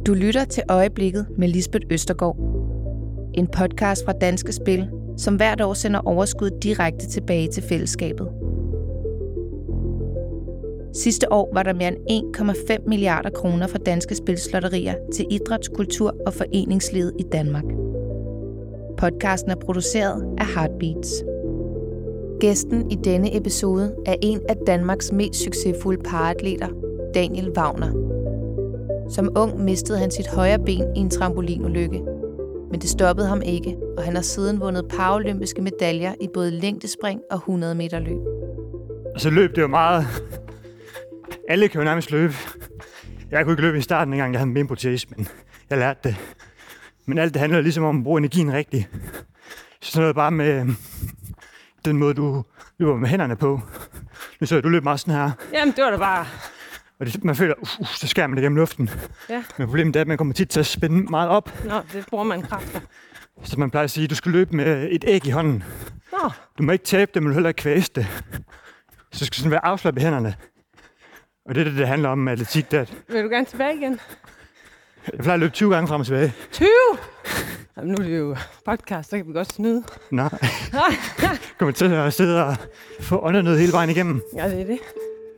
Du lytter til Øjeblikket med Lisbeth Østergaard. En podcast fra Danske Spil, som hvert år sender overskud direkte tilbage til fællesskabet. Sidste år var der mere end 1,5 milliarder kroner fra Danske Spils lotterier til idræts-, kultur- og foreningslivet i Danmark. Podcasten er produceret af Heartbeats. Gæsten i denne episode er en af Danmarks mest succesfulde paratleter, Daniel Wagner. Som ung mistede han sit højre ben i en trampolinulykke, men det stoppede ham ikke, og han har siden vundet paralympiske medaljer i både længdespring og 100 meter løb. Så løb det jo meget. Alle kan jo nærmest løbe. Jeg kunne ikke løbe i starten, engang jeg havde en benprotese, men jeg lærte det. Men alt det handler ligesom om at bruge energien rigtigt. Så sådan noget bare med den måde, du løber med hænderne på. Nu så jeg, du løb meget sådan her. Jamen, det var da bare... Og det, man føler, så skærer man det gennem luften. Ja. Men problemet er, at man kommer tit til at spænde meget op. Nå, det bruger man kræfter. Så man plejer at sige, at du skal løbe med et æg i hånden. Nå. Du må ikke tabe det, men du heller ikke kvæse det. Så skal sådan være afslappet i hænderne. Og det er det handler om med atletik. Vil du gerne tilbage igen? Jeg plejer at løbe 20 gange frem og tilbage. 20? Jamen, nu er det jo podcast, så kan vi godt snyde. Nej. Kommer til at sidde og få åndenød hele vejen igennem. Ja, det er det.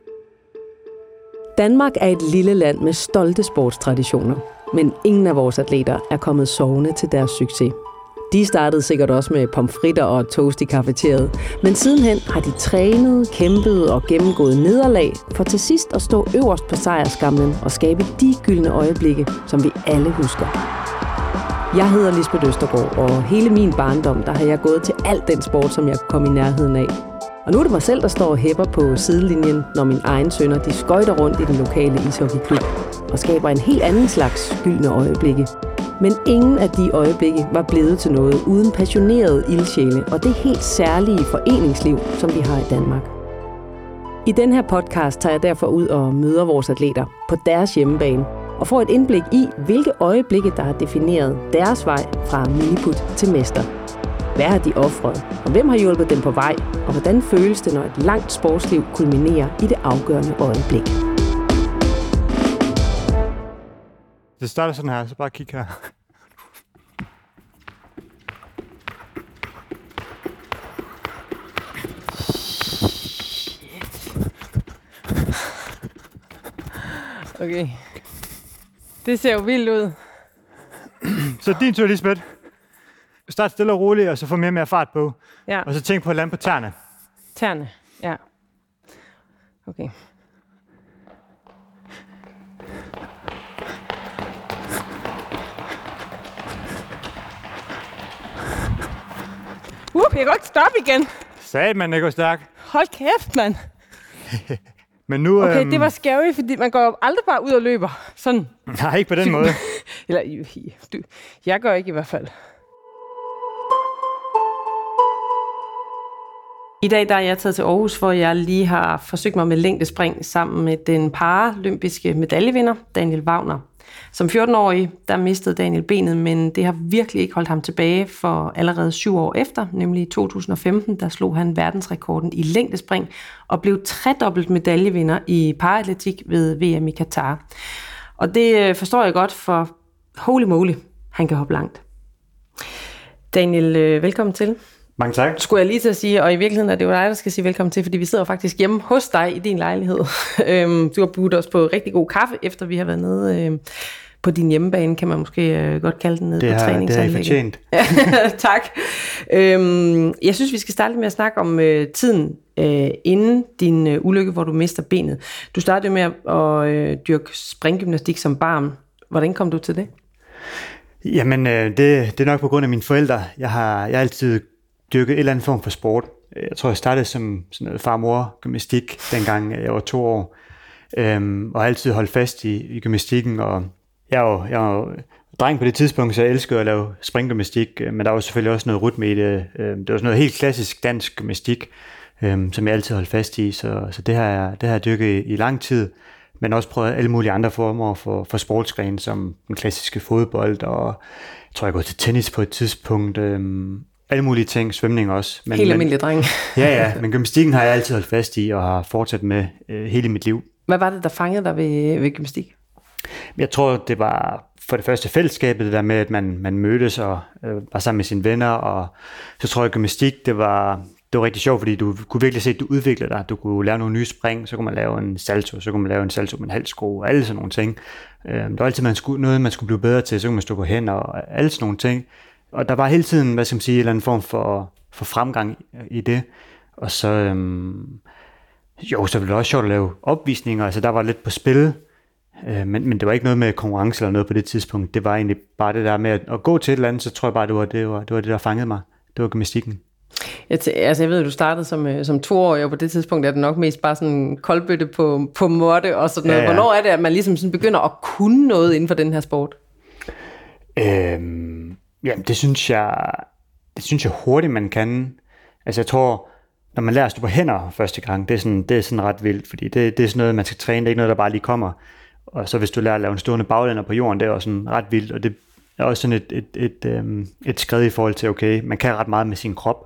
Danmark er et lille land med stolte sportstraditioner, men ingen af vores atleter er kommet sovende til deres succes. De startede sikkert også med pomfritter og toast i cafeteriet, men sidenhen har de trænet, kæmpet og gennemgået nederlag for til sidst at stå øverst på sejrskamlen og skabe de gyldne øjeblikke, som vi alle husker. Jeg hedder Lisbeth Østergaard, og hele min barndom, der har jeg gået til al den sport, som jeg kunne komme i nærheden af. Og nu er det mig selv, der står og hæpper på sidelinjen, når mine egne sønner de skøjter rundt i den lokale ishockeyklub og skaber en helt anden slags gyldne øjeblikke. Men ingen af de øjeblikke var blevet til noget uden passionerede ildsjæle og det helt særlige foreningsliv, som vi har i Danmark. I den her podcast tager jeg derfor ud og møder vores atleter på deres hjemmebane og får et indblik i, hvilke øjeblikke, der har defineret deres vej fra miniput til mester. Hvad har de ofret, og hvem har hjulpet dem på vej, og hvordan føles det, når et langt sportsliv kulminerer i det afgørende øjeblik? Det starter sådan her, så bare kig her. Okay. Det ser jo vildt ud. Så din tur, Lisbeth. Start stille og roligt, og så få mere og mere fart på. Ja. Og så tænk på at lande på tæerne. Tæerne, ja. Okay. Jeg kan godt stoppe igen. Sagde man, det går stærkt. Hold kæft, mand. Men nu... Okay, det var scary, fordi man går aldrig bare ud og løber. Sådan. Nej, ikke på den måde. Eller, jeg gør ikke i hvert fald. I dag der er jeg taget til Aarhus, hvor jeg lige har forsøgt mig med længdespring sammen med den paralympiske medaljevinder, Daniel Wagner. Som 14-årig, der mistede Daniel benet, men det har virkelig ikke holdt ham tilbage, for allerede 7 år efter, nemlig i 2015, der slog han verdensrekorden i længdespring og blev tredobbelt medaljevinder i paraatletik ved VM i Katar. Og det forstår jeg godt, for holy moly, han kan hoppe langt. Daniel, velkommen til. Mange tak. Skulle jeg lige til at sige, og i virkeligheden er det jo dig, der skal sige velkommen til, fordi vi sidder faktisk hjemme hos dig i din lejlighed. Du har budt os på rigtig god kaffe, efter vi har været nede på din hjemmebane, kan man måske godt kalde den, nede på træningsanlægget. Det har I fortjent. Tak. Jeg synes, vi skal starte med at snakke om tiden inden din ulykke, hvor du mister benet. Du startede med at dyrke springgymnastik som barn. Hvordan kom du til det? Jamen, det er nok på grund af mine forældre. Jeg har altid dyrket en eller anden form for sport. Jeg tror, jeg startede som sådan noget far-mor-gymnastik, dengang jeg var 2 år. Og har altid holdt fast i gymnastikken. Og jeg var dreng på det tidspunkt, så jeg elskede at lave springgymnastik. Men der var selvfølgelig også noget rytme i det. Det var sådan noget helt klassisk dansk gymnastik, som jeg altid holdt fast i. Så det har jeg dyrket i lang tid. Men også prøvet alle mulige andre former for sportsgrene, som den klassiske fodbold. Og jeg tror, jeg går til tennis på et tidspunkt. Alle mulige ting, svømning også. Helt almindelig dreng. Ja, men gymnastikken har jeg altid holdt fast i, og har fortsat med hele mit liv. Hvad var det, der fangede dig ved gymnastik? Jeg tror, det var for det første fællesskabet, det der med, at man mødtes og var sammen med sine venner, og så tror jeg, gymnastik, det var rigtig sjovt, fordi du kunne virkelig se, at du udviklede dig. Du kunne lave nogle nye spring, så kunne man lave en salto, så kunne man lave en salto med en halv skrue, og alle sådan nogle ting. Der var altid noget, man skulle blive bedre til, så kunne man stå på hænder og alle sådan nogle ting. Og der var hele tiden, hvad skal man sige, en eller anden form for fremgang i det. Og så, så var det også sjovt at lave opvisninger, altså der var lidt på spil, men det var ikke noget med konkurrence eller noget på det tidspunkt. Det var egentlig bare det der med at gå til et eller andet, så tror jeg bare, det var det, der fangede mig. Det var gymnastikken. Jeg ved, at du startede som 2-årig, og på det tidspunkt er det nok mest bare sådan en koldbøtte på måtte og sådan noget. Ja. Hvornår er det, at man ligesom sådan begynder at kunne noget inden for den her sport? Jamen, det synes jeg hurtigt, man kan. Altså, jeg tror, når man lærer at stå på hænder første gang, det er sådan ret vildt, fordi det er sådan noget, man skal træne, det er ikke noget, der bare lige kommer. Og så hvis du lærer at lave en stående baglænder på jorden, det er også sådan ret vildt, og det er også sådan et skridt i forhold til, okay, man kan ret meget med sin krop,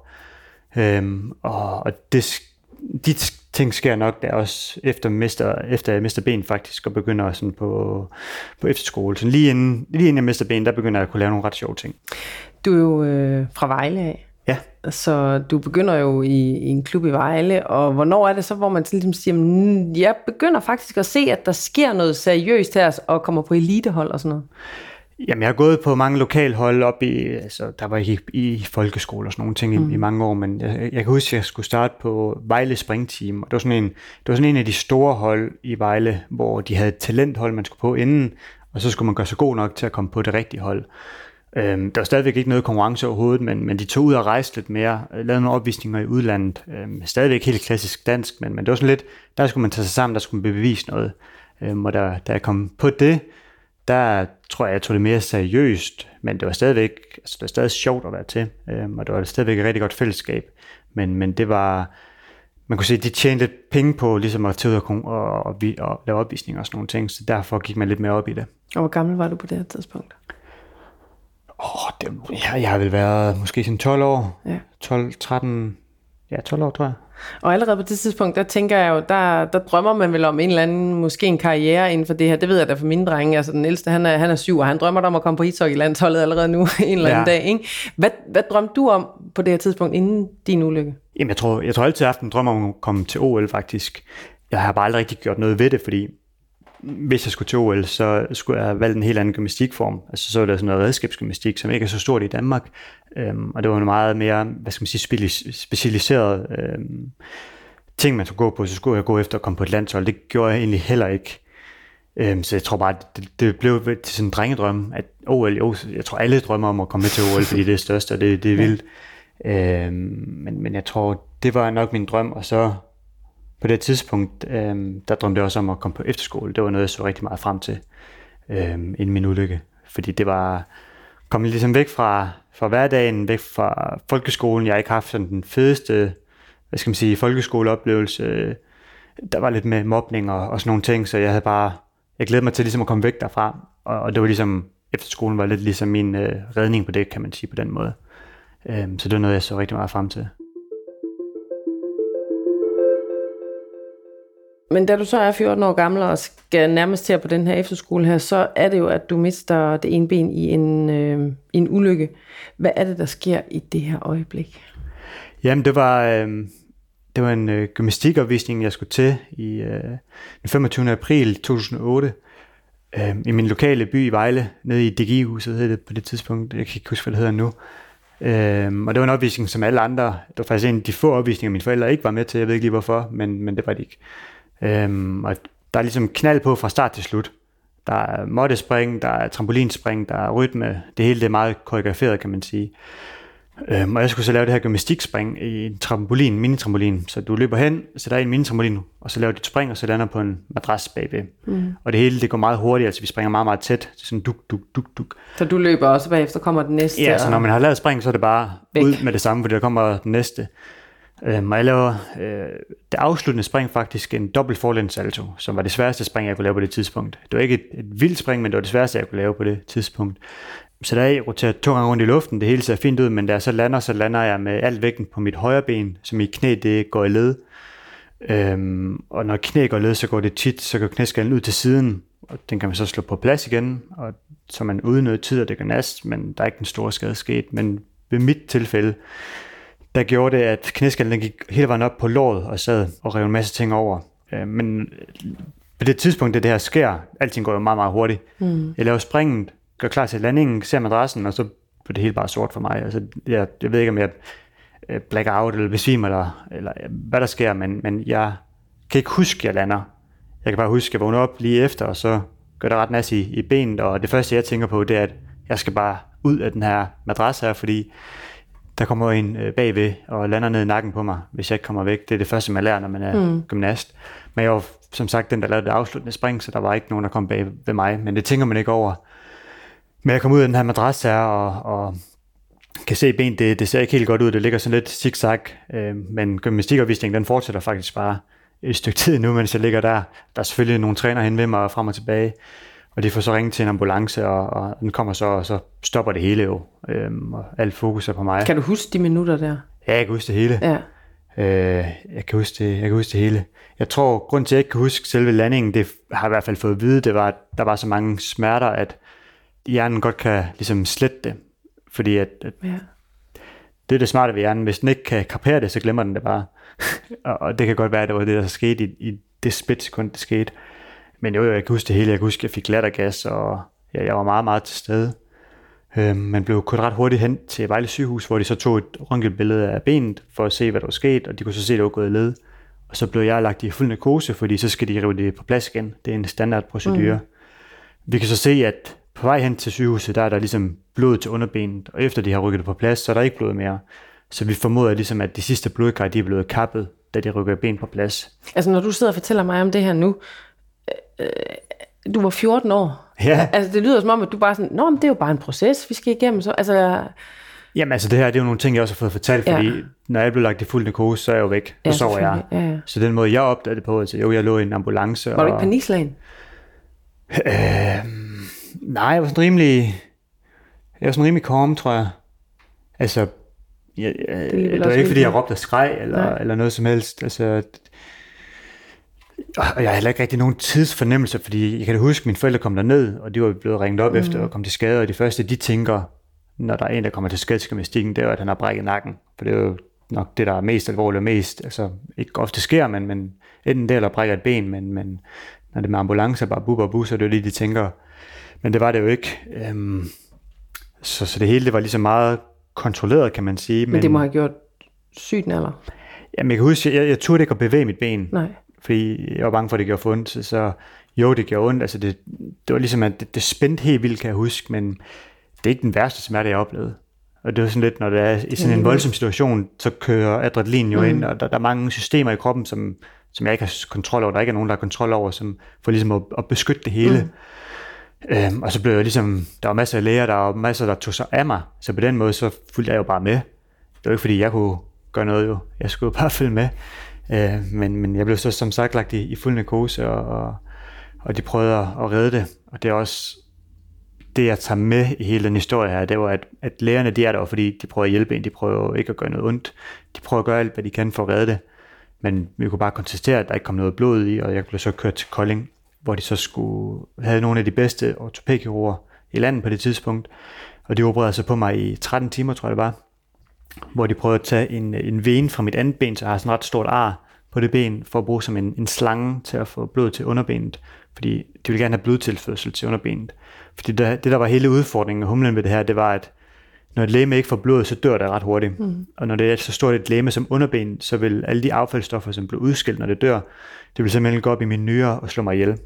og de ting sker nok der også efter jeg mister ben faktisk, og begynder sådan på efterskole. Så lige inden jeg mister ben, der begynder jeg at kunne lave nogle ret sjove ting. Du er jo fra Vejle af. Ja. Så du begynder jo i en klub i Vejle, og hvornår er det så, hvor man ligesom siger, jeg begynder faktisk at se, at der sker noget seriøst her, og kommer på elitehold og sådan noget? Jamen, jeg har gået på mange lokalhold op der var ikke i folkeskole og sådan nogle ting i mange år, men jeg kan huske, at jeg skulle starte på Vejle Springteam, og det var sådan en af de store hold i Vejle, hvor de havde et talenthold, man skulle på inden, og så skulle man gøre sig god nok til at komme på det rigtige hold. Der var stadigvæk ikke noget konkurrence overhovedet, men de tog ud og rejste lidt mere, lavede nogle opvisninger i udlandet, stadigvæk helt klassisk dansk, men det var sådan lidt, der skulle man tage sig sammen, der skulle man bevise noget, og da jeg kom på det, der tror jeg tog det mere seriøst, men det var stadig sjovt at være til, og det var stadigvæk et rigtig godt fællesskab, men det var, man kunne se, de tjente lidt penge på ligesom at tage ud og lave opvisninger og sådan nogle ting, så derfor gik man lidt mere op i det. Og hvor gammel var du på det her tidspunkt? Jeg har vel været måske sådan 12 år, ja. 12 år, tror jeg. Og allerede på det tidspunkt, der tænker jeg jo, der drømmer man vel om en eller anden, måske en karriere inden for det her. Det ved jeg da for mine drenge. Altså den ældste, han er 7, og han drømmer om at komme på ishockeylandsholdet allerede nu en eller anden dag. Ikke? Hvad drømte du om på det her tidspunkt inden din ulykke? Jamen, jeg tror altid, at jeg har haft en drøm om at komme til OL faktisk. Jeg har bare aldrig rigtig gjort noget ved det, fordi hvis jeg skulle til OL, så skulle jeg have valgt en helt anden gymnastikform. Altså så var det sådan noget redskabsgymnastik, som ikke er så stort i Danmark. Og det var en meget mere, specialiseret ting, man skulle gå på. Så skulle jeg gå efter at komme på et landshold. Det gjorde jeg egentlig heller ikke. Så jeg tror bare, det blev til sådan en drengedrøm, at OL, jeg tror alle drømmer om at komme med til OL, fordi det er størst, og det er vildt. Men jeg tror, det var nok min drøm, og så på det tidspunkt, der drømte jeg også om at komme på efterskole. Det var noget, jeg så rigtig meget frem til inden min ulykke. Fordi det var kommet ligesom væk fra hverdagen, væk fra folkeskolen. Jeg har ikke haft sådan den fedeste, folkeskoleoplevelse. Der var lidt med mobning og sådan nogle ting, så jeg glædede mig til ligesom at komme væk derfra. Og det var ligesom, efterskolen var lidt ligesom min redning på det, kan man sige på den måde. Så det var noget, jeg så rigtig meget frem til. Men da du så er 14 år gammel og skal nærmest til på den her efterskole her, så er det jo, at du mister det ene ben i en ulykke. Hvad er det, der sker i det her øjeblik? Jamen, det var en gymnastikopvisning, jeg skulle til i den 25. april 2008 i min lokale by i Vejle, nede i DGI-huset hed det på det tidspunkt. Jeg kan ikke huske, hvad det hedder nu. Og det var en opvisning som alle andre. Det var faktisk en af de få opvisninger, mine forældre ikke var med til. Jeg ved ikke lige hvorfor, men det var de ikke. Og der er ligesom knald på fra start til slut. Der er måttespring, der er trampolinspring, der er rytme. Det hele det er meget koreograferet, kan man sige. Og jeg skulle så lave det her gymnastikspring i en trampolin, mini-trampolin. Så du løber hen, sætter en mini-trampolin, og så laver du et spring, og så lander på en madras bagved. Og det hele det går meget hurtigt, altså vi springer meget, meget tæt. Det er sådan duk. Så du løber også bagefter, kommer den næste? Ja, så når man har lavet spring, så er det bare væk. Ud med det samme, fordi der kommer den næste. Og jeg laver det afsluttende spring faktisk en dobbelt forlæns salto, som var det sværeste spring, jeg kunne lave på det tidspunkt. Det var ikke et vildt spring, men det var det sværeste, jeg kunne lave på det tidspunkt. Så der jeg roterer 2 gange rundt i luften, det hele ser fint ud, men da jeg så lander jeg med alt vægten på mit højre ben, så mit knæ det går i led. Og når knæ går i led, så går det tit, så går knæskallen ud til siden, og den kan man så slå på plads igen, og så man uden noget tid, og det gør næst, men der er ikke den store skade sket. Men ved mit tilfælde, der gjorde det, at knæskallen den gik hele vejen op på låret og sad og rev en masse ting over. Men på det tidspunkt, det her sker, alting går jo meget, meget hurtigt. Jeg laver springet, gør klar til landingen, ser madrassen, og så bliver det hele bare sort for mig. Altså, jeg ved ikke, om jeg black out eller besvimer, eller hvad der sker, men jeg kan ikke huske, at jeg lander. Jeg kan bare huske, at jeg vågner op lige efter, og så gør det ret nas i benet, og det første, jeg tænker på, det er, at jeg skal bare ud af den her madras her, fordi der kommer en bagved og lander ned i nakken på mig, hvis jeg ikke kommer væk. Det er det første, man lærer, når man er gymnast. Men jeg var som sagt den, der lavede det afsluttende spring, så der var ikke nogen, der kom bag ved mig, men det tænker man ikke over. Men jeg kom ud af den her madras her, og kan se benet, det ser ikke helt godt ud, det ligger sådan lidt zigzag, men gymnastikopvisningen, den fortsætter faktisk bare et stykke tid nu, mens jeg ligger der. Der er selvfølgelig nogle træner hen ved mig frem og tilbage, og de får så ringet til en ambulance, og den kommer så, og så stopper det hele jo, og alt fokus er på mig. Kan du huske de minutter der? Ja, jeg kan huske det hele. Ja. Jeg kan huske det hele. Jeg tror, grund til, at jeg ikke kan huske selve landingen, det har jeg i hvert fald fået at vide, det var, at der var så mange smerter, at hjernen godt kan ligesom slette det. Fordi at det er det smarte ved hjernen. Hvis den ikke kan kapere det, så glemmer den det bare. Og det kan godt være, at det var det, der skete i det splitsekund, det skete. Men jo, jeg kan huske det hele. Jeg kan huske, at jeg fik lattergas, og jeg var meget, meget til stede. Man blev kørt ret hurtigt hen til Vejle Sygehus, hvor de så tog et røntgenbillede af benet, for at se, hvad der var sket, og de kunne så se, at det var gået i led. Og så blev jeg lagt i fuld narkose, fordi så skal de rive det på plads igen. Det er en standardprocedure. Vi kan så se, at på vej hen til sygehuset, der er der ligesom blod til underbenet, og efter de har rykket det på plads, så er der ikke blod mere. Så vi formoder ligesom, at de sidste blodkar, de er blevet kappet, da de rykker ben på plads. Altså når du sidder og fortæller mig om det her nu, du var 14 år. Ja. Altså det lyder som om, at du bare sådan, nå, men det er jo bare en proces, vi skal igennem. Så, altså... Jamen altså det her, det er jo nogle ting, jeg også har fået fortalt, fordi når jeg blev lagt i fuld narkose, så er jeg jo væk, så sover jeg. Ja. Så den måde, jeg opdagede det på, altså jo, jeg lå i en ambulance. Var du ikke panikslagen? Nej, jeg var sådan rimelig calm, tror jeg. Altså, det var ikke fordi, jeg råbte og skreg, eller noget som helst. Altså, og jeg har heller ikke rigtig nogen tidsfornemmelse, fordi jeg kan da huske, at mine forældre kom derned, og de var blevet ringet op efter og kom til skade, og det første, de tænker, når der er en, der kommer til skade til gymnastikken, det er jo, at han har brækket nakken. For det er jo nok det, der er mest alvorligt og mest, altså ikke ofte sker, men enten det, eller brækker et ben, men når det er med ambulance, bare bub og bus, så er det jo lige, de tænker. Men det var det jo ikke. Så det hele, det var ligesom meget kontrolleret, kan man sige. Men det må have gjort sygt eller? Jamen, jeg kan huske, jeg turde ikke at bevæge mit ben. Nej. Fordi jeg var bange for, at det gjorde for ondt. Så jo, det gjorde ondt. Altså, det var ligesom, at det spændte helt vildt, kan jeg huske. Men det er ikke den værste smerte, jeg oplevede. Og det var sådan lidt, når det er i sådan en voldsom situation, så kører adrenalin jo ind, og der er mange systemer i kroppen, som jeg ikke har kontrol over. Der ikke er nogen, der har kontrol over, som får ligesom at beskytte det hele. Og så blev jeg ligesom, der var masser af læger, der var masser, der tog sig af mig. Så på den måde, så fulgte jeg jo bare med. Det var ikke, fordi jeg kunne gøre noget jo. Jeg skulle bare følge med. Men jeg blev så som sagt lagt i fuld narkose, og de prøvede at redde det. Og det er også det, jeg tager med i hele den historie her, det var, at lægerne, de er der, fordi de prøver at hjælpe en. De prøver ikke at gøre noget ondt. De prøver at gøre alt, hvad de kan for at redde det. Men vi kunne bare konstatere, at der ikke kom noget blod i, og jeg blev så kørt til Kolding, hvor de så havde nogle af de bedste ortopædkirurger i landet på det tidspunkt. Og de opererede sig på mig i 13 timer, tror jeg det var. Hvor de prøvede at tage en vene fra mit andet ben, så jeg har sådan et ret stort ar på det ben, for at bruge som en slange til at få blod til underbenet. Fordi de ville gerne have blodtilførsel til underbenet. Fordi det der var hele udfordringen og humlen ved det her, det var, at når et legeme ikke får blod, så dør det ret hurtigt. Og når det er så stort et legeme som underben, så vil alle de affaldsstoffer, som bliver udskilt, når det dør, det vil simpelthen gå op i mine nyrer og slå mig ihjel.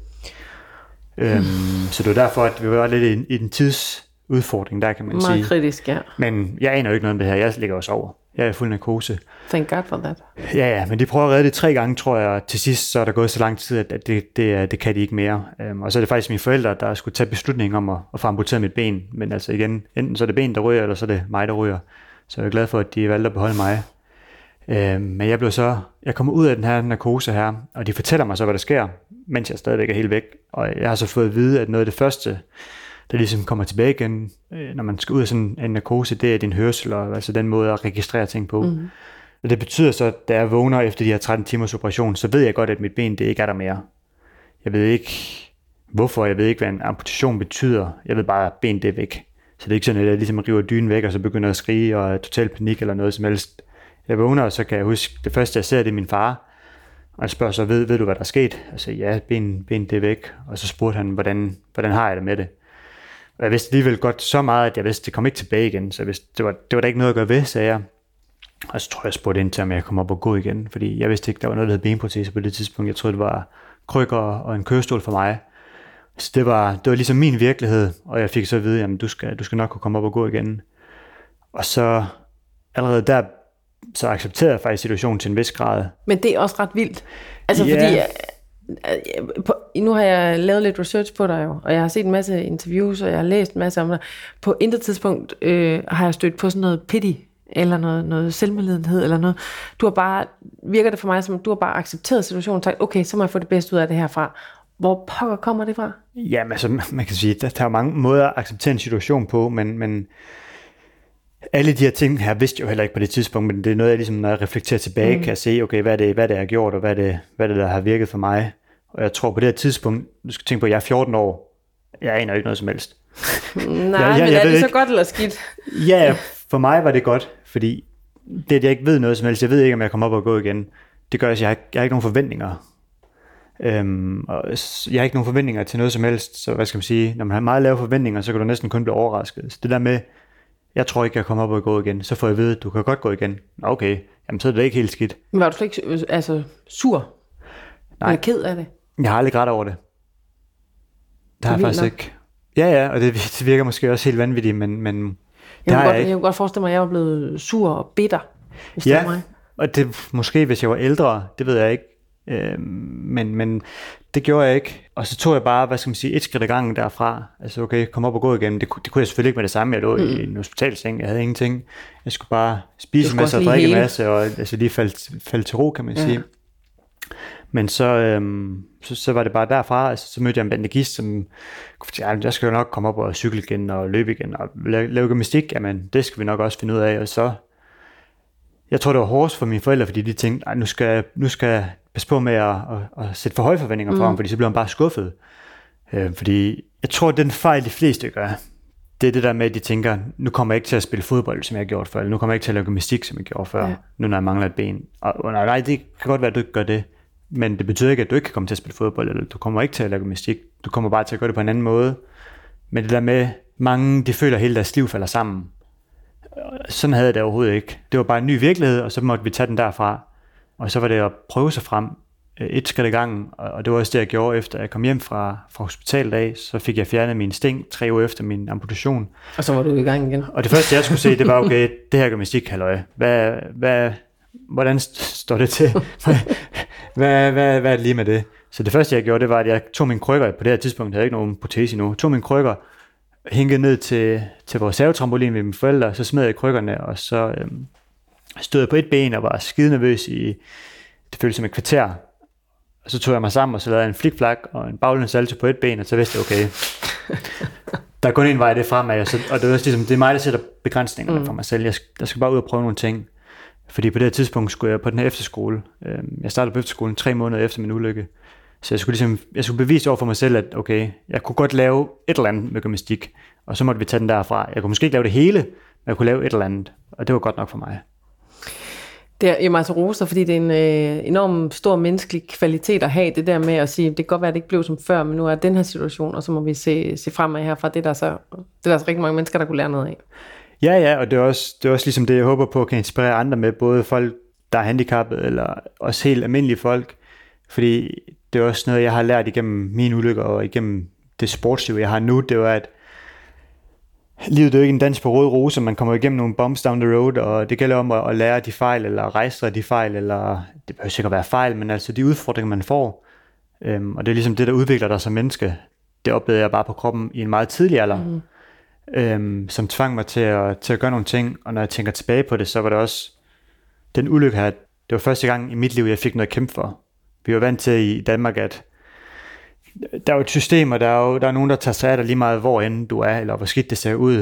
Så det var derfor, at vi var lidt i en tidsudfordring, der kan man sige. Meget kritisk, ja. Men jeg aner jo ikke noget om det her. Jeg ligger også over. Jeg er fuld narkose. Thank God for that. Ja, men de prøver at redde det 3 gange, tror jeg. Til sidst så er der gået så lang tid, at det kan de ikke mere. Og så er det faktisk mine forældre, der skulle tage beslutningen om at få amputeret mit ben. Men altså igen, enten så er det ben, der ryger, eller så er det mig, der ryger. Så jeg er glad for, at de valgte at beholde mig. Men jeg kommer ud af den her narkose her, og de fortæller mig så, hvad der sker, mens jeg stadigvæk er helt væk. Og jeg har så fået at vide, at noget af det første, der ligesom kommer tilbage igen, når man skal ud af sådan en narkose, det er din hørsel, og altså den måde at registrere ting på. Og det betyder så, at da jeg vågner efter de her 13 timers operation, så ved jeg godt, at mit ben, det ikke er der mere. Jeg ved ikke, hvorfor. Jeg ved ikke, hvad en amputation betyder. Jeg ved bare, at benet er væk. Så det er ikke sådan, at jeg ligesom river dynen væk, og så begynder at skrige og er total panik eller noget som helst. Jeg vågner, og så kan jeg huske, det første jeg ser, det er min far. Og han spørger så, ved du, hvad der er sket? Altså, ja, benet er væk. Og så spurgte han, hvordan har jeg det med det? Og jeg vidste alligevel godt så meget, at jeg vidste, det kom ikke tilbage igen. Så jeg vidste, det var der ikke noget at gøre ved, sagde jeg. Og så tror jeg spurgte ind til, om jeg kom op og gå igen. Fordi jeg vidste ikke, der var noget, der hed benproteser på det tidspunkt. Jeg troede, det var krykker og en kørestol for mig. Så det var ligesom min virkelighed. Og jeg fik så at vide, at du skal nok kunne komme op og gå igen. Og så allerede der, så accepterede jeg faktisk situationen til en vis grad. Men det er også ret vildt. Altså fordi, nu har jeg lavet lidt research på dig jo, og jeg har set en masse interviews, og jeg har læst en masse om dig. På intet tidspunkt har jeg stødt på sådan noget pity, eller noget selvmedlidenhed, eller noget. Virker det for mig som, at du har bare accepteret situationen, og sagt, okay, så må jeg få det bedste ud af det herfra. Hvor pokker kommer det fra? Jamen altså, man kan sige, der er mange måder at acceptere en situation på, men alle de her ting her vidste jeg jo heller ikke på det tidspunkt, men det er noget, jeg ligesom, når jeg reflekterer tilbage, kan jeg se, okay, hvad er det, jeg har gjort, og hvad er det, der har virket for mig. Og jeg tror på det her tidspunkt, du skal tænke på, at jeg er 14 år. Jeg aner ikke noget som helst. Nej, men er det så godt eller skidt? Ja, for mig var det godt, fordi det, at jeg ikke ved noget som helst, jeg ved ikke, om jeg kommer op og gå igen, det gør, at jeg har ikke nogen forventninger. Og jeg har ikke nogen forventninger til noget som helst, så hvad skal man sige, når man har meget lave forventninger, så kan du næsten kun blive overrasket. Så det der med, jeg tror ikke, jeg kommer op og gå igen, så får jeg at vide, du kan godt gå igen. Okay, jamen så er det ikke helt skidt. Men var du slet ikke sur? Nej. Eller ked af det? Jeg har aldrig grædt over det. Det har jeg faktisk ikke. Ja, og det virker måske også helt vanvittigt, men jeg kunne godt forestille mig, at jeg var blevet sur og bitter, hvis det var mig. Og det måske, hvis jeg var ældre, det ved jeg ikke. Men det gjorde jeg ikke. Og så tog jeg bare, hvad skal man sige, et skridt ad gangen derfra. Altså okay, kom op og gå igen. Det kunne jeg selvfølgelig ikke med det samme. Jeg lå i en hospitalseng, jeg havde ingenting. Jeg skulle bare spise en masse og drikke en masse, og altså lige falde til ro, kan man sige. Men så var det bare derfra, altså, så mødte jeg en bandagist, som kunne fortælle, jeg skal jo nok komme op og cykle igen og løbe igen og lave gymnastik. Jamen, det skal vi nok også finde ud af. Og så, jeg tror, det var hårdt for mine forældre, fordi de tænkte, nu skal jeg passe på med at sætte for høje forventninger for ham, fordi så bliver han bare skuffet. Fordi jeg tror, den fejl, de fleste gør, det er det der med, at de tænker, nu kommer jeg ikke til at spille fodbold, som jeg har gjort før, eller nu kommer jeg ikke til at lave gymnastik, som jeg gjorde før, nu når jeg mangler et ben. Og nej, det kan godt være, at du ikke gør det, men det betyder ikke, at du ikke kan komme til at spille fodbold, eller du kommer ikke til at lave gymnastik, du kommer bare til at gøre det på en anden måde. Men det der med, mange de føler, at hele deres liv falder sammen. Sådan havde jeg det overhovedet ikke. Det var bare en ny virkelighed, og så måtte vi tage den derfra. Og så var det at prøve sig frem et skridt ad gangen, og det var også det, jeg gjorde efter jeg kom hjem fra hospitalet af. Så fik jeg fjernet min sting 3 uger efter min amputation. Og så var du i gang igen. Og det første, jeg skulle se, det var, okay, det her gymnastik, halløj. Hvordan står det til? Hvad er det lige med det? Så det første, jeg gjorde, det var, at jeg tog mine krykker. På det her tidspunkt havde jeg ikke nogen protese endnu. Tog mine krykker, hængede ned til vores havetrampolin med mine forældre, så smed jeg krykkerne, og så stod jeg på et ben og var skide nervøs i, det føltes som et kvarter. Og så tog jeg mig sammen, og så lavede jeg en flikflak og en baglæns salto på et ben, og så vidste jeg, okay, der er kun en vej det fremad, og det er også ligesom, det er mig, der sætter begrænsningerne for mig selv. Jeg skal bare ud og prøve nogle ting. Fordi på det her tidspunkt skulle jeg på den her efterskole. Jeg startede på efterskolen 3 måneder efter min ulykke. Så jeg skulle bevise over for mig selv, at okay, jeg kunne godt lave et eller andet med gymnastik, og så måtte vi tage den derfra. Jeg kunne måske ikke lave det hele, men jeg kunne lave et eller andet, og det var godt nok for mig. Det er meget roser, fordi det er en enorm stor menneskelig kvalitet at have, det der med at sige, det kan godt være, at det ikke blev som før, men nu er den her situation, og så må vi se fremad herfra. Det er der så rigtig mange mennesker, der kunne lære noget af. Ja, og det er også ligesom det, jeg håber på, kan inspirere andre med, både folk, der er handicappede, eller også helt almindelige folk, fordi det er også noget, jeg har lært igennem mine ulykker, og igennem det sportsliv, jeg har nu, det var, at livet er jo ikke en dans på rød rose, man kommer igennem nogle bumps down the road, og det gælder om at lære de fejl, eller rejse de fejl, eller det behøver sikkert være fejl, men altså de udfordringer, man får, og det er ligesom det, der udvikler dig som menneske. Det oplevede jeg bare på kroppen i en meget tidlig alder, som tvang mig til at gøre nogle ting, og når jeg tænker tilbage på det, så var det også den ulykke her, det var første gang i mit liv, jeg fik noget at kæmpe for. Vi var vant til i Danmark, at der er jo et system, og der er nogen, der tager sig af dig lige meget, hvor end du er, eller hvor skidt det ser ud.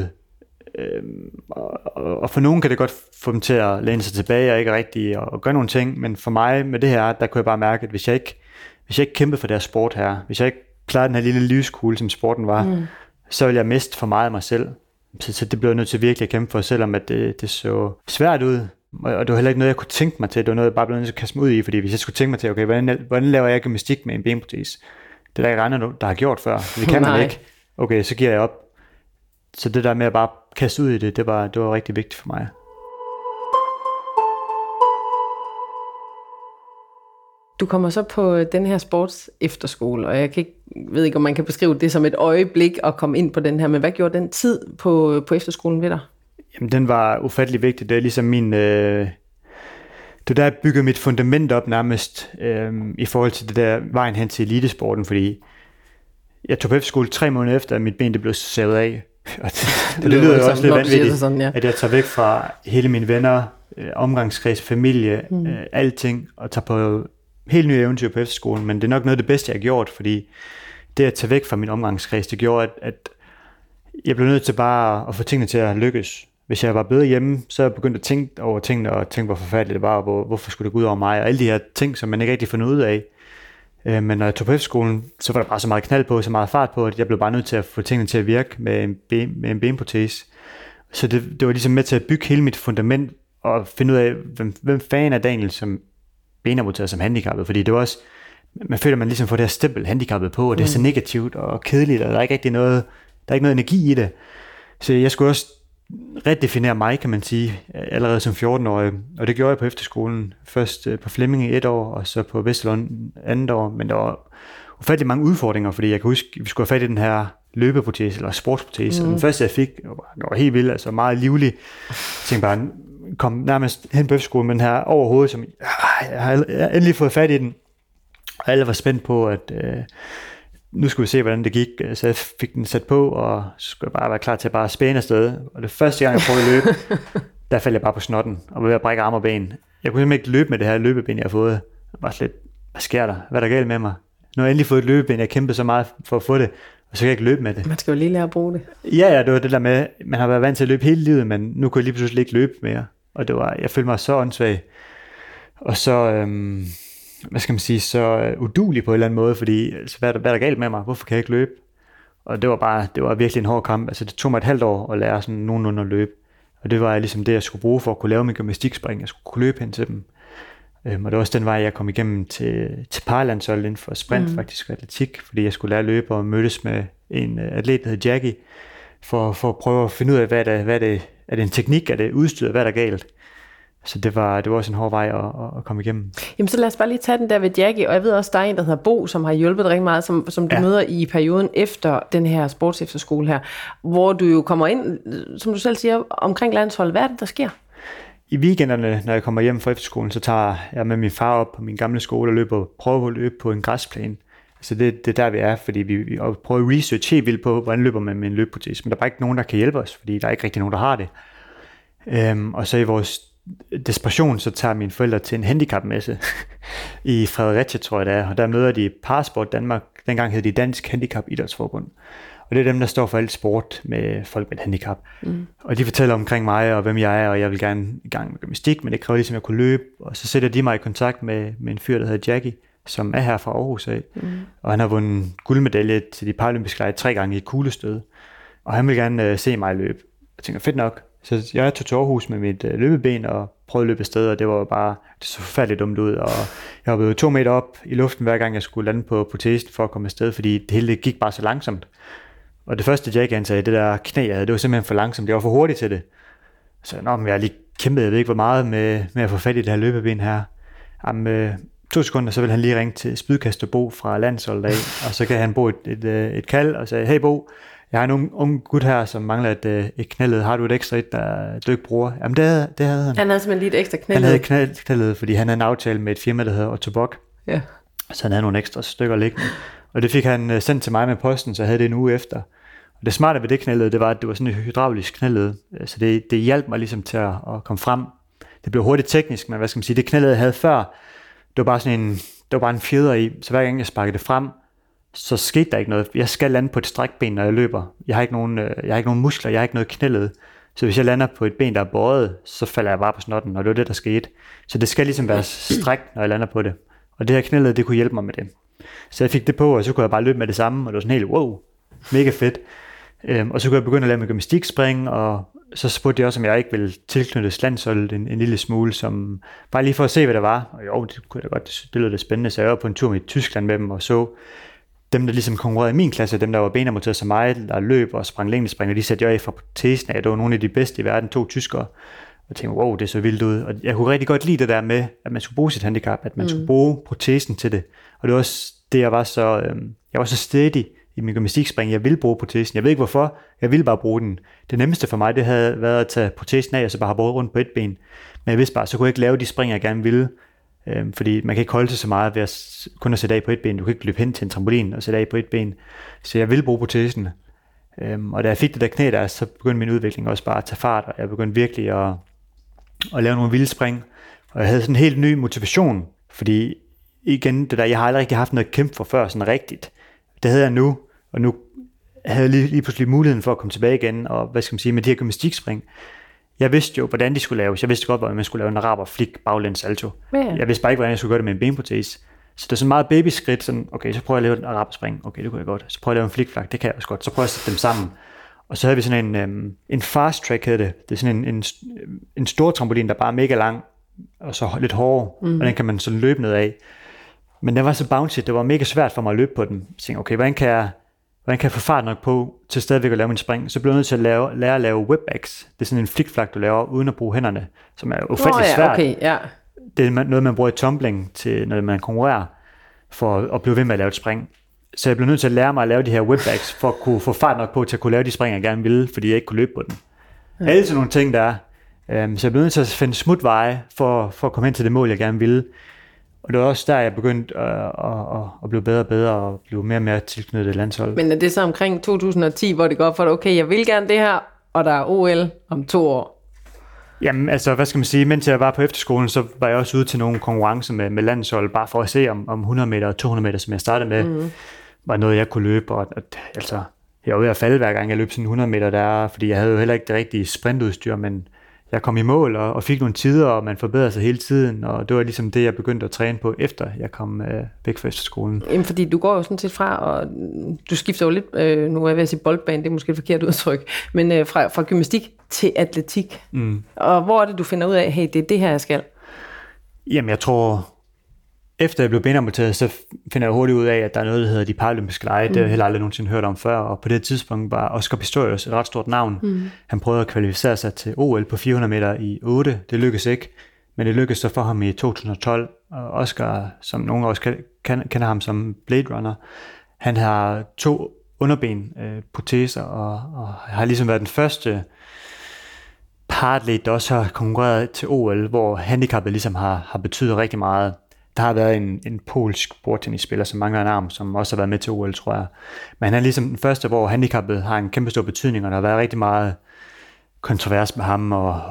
Og for nogen kan det godt få dem til at læne sig tilbage og ikke rigtig og gøre nogle ting, men for mig med det her, der kunne jeg bare mærke, at hvis jeg ikke kæmpede for deres sport her, hvis jeg ikke klare den her lille lyskugle, som sporten var, så ville jeg miste for meget af mig selv. Så det blev jeg nødt til virkelig at kæmpe for, selvom at det så svært ud. Og det var heller ikke noget, jeg kunne tænke mig til. Det var noget, jeg bare blev nødt til at kaste mig ud i, fordi hvis jeg skulle tænke mig til, okay, hvordan laver jeg gymnastik med en benprotese? Det er der ikke andre, der har gjort før. Det kan man ikke. Okay, så giver jeg op. Så det der med at bare kaste ud i det var rigtig vigtigt for mig. Du kommer så på den her sports efterskole, og jeg ved ikke, om man kan beskrive det som et øjeblik at komme ind på den her, men hvad gjorde den tid på efterskolen ved dig? Jamen, den var ufattelig vigtig. Det er ligesom det der, jeg byggede mit fundament op nærmest i forhold til det der vejen hen til elitesporten, fordi jeg tog på efterskole 3 måneder efter, at mit ben blev savet af. Og det lyder jo også lidt vanvittigt, sådan, ja. At jeg tager væk fra hele mine venner, omgangskreds, familie, alting, og tager på helt nye eventyr på efterskolen, men det er nok noget af det bedste, jeg har gjort, fordi det at tage væk fra min omgangskreds, det gjorde, at jeg blev nødt til bare at få tingene til at lykkes. Hvis jeg var bedre hjemme, så er jeg begyndt at tænke over tingene, og tænke, hvor forfærdeligt det var, og hvorfor skulle det gå ud over mig, og alle de her ting, som man ikke rigtig fundet ud af. Men når jeg tog på efterskolen, så var der bare så meget knald på, så meget fart på, at jeg blev bare nødt til at få tingene til at virke med en benprotese. Så det var ligesom med til at bygge hele mit fundament, og finde ud af, hvem fanden er Daniel som benamputeret som handicappet, fordi det var også, man føler, at man ligesom får det her stempel handicappet på, og det er så negativt og kedeligt, og der er ikke rigtig noget, der er ikke noget energi i det. Så jeg skulle også redefinere mig, kan man sige, allerede som 14-årig, og det gjorde jeg på efterskolen. Først på Flemming i 1 år, og så på Vesterlund 2 år, men der var ufattelig mange udfordringer, fordi jeg kan huske, at vi skulle have fat i den her løbeprotese, eller sportsprotese, og den første, jeg fik, var helt vild, altså meget livlig. Jeg tænkte bare, kom nærmest hen på efterskolen med den her over hovedet, som jeg har endelig fået fat i den, og alle var spændt på, at nu skulle vi se, hvordan det gik, så jeg fik den sat på, og så skulle jeg bare være klar til at bare spæne afsted, og det første gang, jeg prøvede at løbe, der faldt jeg bare på snotten, og var ved at brække arme og ben. Jeg kunne simpelthen ikke løbe med det her løbeben, jeg har fået. Jeg var slet, hvad sker der? Hvad er der galt med mig? Nu har jeg endelig fået et løbeben, jeg kæmpede så meget for at få det, og så kan jeg ikke løbe med det. Man skal jo lige lære at bruge det. Ja, det var det der med, man har været vant til at løbe hele livet, men nu kunne jeg lige pludselig ikke løbe mere. Og det var, jeg følte mig så åndssvag. Og så, hvad skal man sige, så uduelig på en eller anden måde, fordi altså, hvad er der galt med mig? Hvorfor kan jeg ikke løbe? Og det var virkelig en hård kamp. Altså det tog mig et halvt år at lære sådan nogenlunde at løbe. Og det var ligesom det, jeg skulle bruge for at kunne lave min gymnastikspring. Jeg skulle kunne løbe hen til dem. Og det var også den vej, jeg kom igennem til paralandsholdet inden for sprint, faktisk atletik, fordi jeg skulle lære at løbe og mødes med en atlet, der hed Jackie, for at prøve at finde ud af, hvad det er det en teknik, er det udstyret, hvad er der galt. Så det var også en hård vej at komme igennem. Jamen så lad os bare lige tage den der ved Jackie, og jeg ved også, der er en, der hedder Bo, som har hjulpet rigtig meget, som du møder i perioden efter den her sportsefterskole her, hvor du jo kommer ind, som du selv siger, omkring landsholdet. Hvad er det, der sker? I weekenderne, når jeg kommer hjem fra efterskolen, så tager jeg med min far op på min gamle skole og prøver at løbe på en græsplæne. Altså det er der, vi er, fordi vi prøver at research helt vildt på, hvordan løber man med en løbeprotese. Men der er bare ikke nogen, der kan hjælpe os, fordi der er ikke rigtig nogen, der har det. Og så i vores desperation, så tager mine forældre til en handicapmesse i Fredericia, tror jeg det er. Og der møder de Parasport Danmark. Dengang hed de Dansk Handicap Idrætsforbund. Og det er dem, der står for alt sport med folk med et handicap. Og de fortæller omkring mig og hvem jeg er, og jeg vil gerne i gang med gymnastik, men det kræver ligesom, at jeg kunne løbe. Og så sætter de mig i kontakt med en fyr, der hedder Jackie, som er her fra Aarhus af. Og han har vundet guldmedalje til de paralympiske lege 3 gange i kuglestød. Og han vil gerne se mig løbe. Jeg tænker, fedt nok. Så jeg tog til Aarhus med mit løbeben og prøvede at løbe afsted, og det var bare det så forfærdeligt dumt ud. Og jeg hoppede 2 meter op i luften, hver gang jeg skulle lande på protesen for at komme afsted, fordi det hele gik bare så langsomt. Og det første Jackie sagde, det der knæ, jeg havde, det var simpelthen for langsomt. Jeg var for hurtigt til det. Så men jeg har lige kæmpet, jeg ved ikke hvor meget med at få fat i det her løbeben her. Jamen, 2 sekunder, så vil han lige ringe til spydkaster Bo fra landsholdet af, og så kan han Bo et kald og sagde, hey Bo, jeg har en ung gut her, som mangler et knæled. Har du et ekstra der du ikke bruger? Jamen det havde han. Han havde simpelthen lige et ekstra knæled. Han havde knæled, fordi han havde en aftale med et firma, der hedder Otto Bock. Ja. Så han havde nogle ekstra stykker liggende. Og det fik han sendt til mig med posten, så jeg havde det en uge efter. Og det smarte ved det knæled, det var, at det var sådan et hydraulisk knæled. Så det hjalp mig ligesom til at komme frem. Det blev hurtigt teknisk, men hvad skal man sige, det knæled, jeg havde før, det var bare en fjeder i. Så hver gang jeg sparkede det frem, så skete der ikke noget. Jeg skal lande på et strækben, når jeg løber. Jeg har ikke nogen muskler, jeg har ikke noget knæled. Så hvis jeg lander på et ben, der er bøjet, så falder jeg bare på snotten, og det var det, der skete. Så det skal ligesom være strækt, når jeg lander på det. Og det her knæled, det kunne hjælpe mig med det. Så jeg fik det på, og så kunne jeg bare løbe med det samme, og det var sådan helt, wow, mega fedt. Og så kunne jeg begynde at lave med gymnastikspring, og så spurgte de også, om jeg ikke ville tilknyttes landsholdet en lille smule, som bare lige for at se, hvad der var. Og jo, det kunne da godt, det lød det spændende, så jeg var på en tur med Tyskland med dem, og så dem, der ligesom konkurrerede i min klasse, dem, der var benamorteret som mig, der løb og sprang længdespring, og de satte jeg af fra protesen af. Det var nogle af de bedste i verden, 2 tyskere. Og jeg tænkte, wow, det så vildt ud. Og jeg kunne rigtig godt lide det der med, at man skulle bruge sit handicap, at man skulle bruge protesen til det. Og det var også det, jeg var så steady i min gymnastikspring. Jeg ville bruge protesen. Jeg ved ikke hvorfor, jeg ville bare bruge den. Det nemmeste for mig, det havde været at tage protesen af, og så bare have rundt på et ben. Men jeg vidste bare, så kunne jeg ikke lave de spring, jeg gerne ville. Fordi man kan ikke holde sig så meget ved at kun at sætte af på et ben. Du kan ikke løbe hen til en trampolin og sætte af på et ben. Så jeg ville bruge protesen. Og da jeg fik det der knæ der, så begyndte min udvikling også bare at tage fart, og jeg begyndte virkelig at lave nogle vilde spring. Og jeg havde sådan en helt ny motivation, fordi igen, det der, jeg har aldrig rigtig haft noget at kæmpe for før, sådan rigtigt. Det havde jeg nu, og nu havde jeg lige pludselig muligheden for at komme tilbage igen, og hvad skal man sige, med de her gymnastikspring. Jeg vidste jo, hvordan de skulle laves. Jeg vidste godt, hvordan man skulle lave en araber flik baglæns salto. Yeah. Jeg vidste bare ikke, hvordan jeg skulle gøre det med en benprotese. Så det er sådan meget babyskridt, sådan, okay, så prøver jeg at lave en araberspring. Okay, det kunne jeg godt. Så prøver jeg at lave en flikflak, det kan jeg også godt. Så prøver jeg at sætte dem sammen. Og så havde vi sådan en fast track, hed det. Det er sådan en stor trampolin, der bare er mega lang, og så lidt hård, og den kan man sådan løbe ned af. Men den var så bouncy, det var mega svært for mig at løbe på den. Så tænkte, okay, hvordan kan jeg få fart nok på til stadigvæk at lave min spring? Så blev jeg nødt til at lære at lave whipbacks. Det er sådan en flikflak, du laver uden at bruge hænderne, som er ufattelig svært. Okay, ja. Det er noget, man bruger i tumbling til, når man konkurrerer, for at blive ved med at lave et spring. Så jeg blev nødt til at lære mig at lave de her whipbacks, for at kunne få fart nok på til at kunne lave de spring, jeg gerne ville, fordi jeg ikke kunne løbe på den. Ja. Alle sådan nogle ting, der er. Så jeg blev nødt til at finde smutveje for at komme hen til det mål, jeg gerne ville. Og det var også der, jeg begyndte at blive bedre og bedre, og blive mere og mere tilknyttet landshold. Men er det så omkring 2010, hvor det går for dig, okay, jeg vil gerne det her, og der er OL om 2 år? Jamen, altså, hvad skal man sige, mens jeg var på efterskolen, så var jeg også ude til nogle konkurrencer med landshold, bare for at se om 100 meter og 200 meter, som jeg startede med, var noget, jeg kunne løbe. Og altså, jeg var ved at falde hver gang, jeg løb sådan 100 meter der, fordi jeg havde jo heller ikke det rigtige sprintudstyr, men jeg kom i mål og fik nogle tider, og man forbedrede sig hele tiden, og det var ligesom det, jeg begyndte at træne på, efter jeg kom væk fra efterskolen. Jamen, fordi du går jo sådan set fra, og du skifter jo lidt, nu er jeg ved at sige boldbane, det er måske et forkert udtryk, men fra gymnastik til atletik. Og hvor er det, du finder ud af, hey, det er det her, jeg skal? Jamen, jeg tror, efter jeg blev benamputeret, så finder jeg hurtigt ud af, at der er noget, der hedder de paralympiske lege. Det har jeg heller aldrig nogensinde hørt om før, og på det tidspunkt var Oscar Pistorius et ret stort navn. Han prøvede at kvalificere sig til OL på 400 meter i 8. Det lykkedes ikke, men det lykkedes så for ham i 2012. Og Oscar, som nogen også kender ham som Blade Runner, han har 2 underben proteser, og har ligesom været den første paratlet, der også har konkurreret til OL, hvor handicappet ligesom har betydet rigtig meget. Der har været en polsk bordtennisspiller, som mangler en arm, som også har været med til OL, tror jeg. Men han er ligesom den første, hvor handicappet har en kæmpe stor betydning, og der har været rigtig meget kontrovers med ham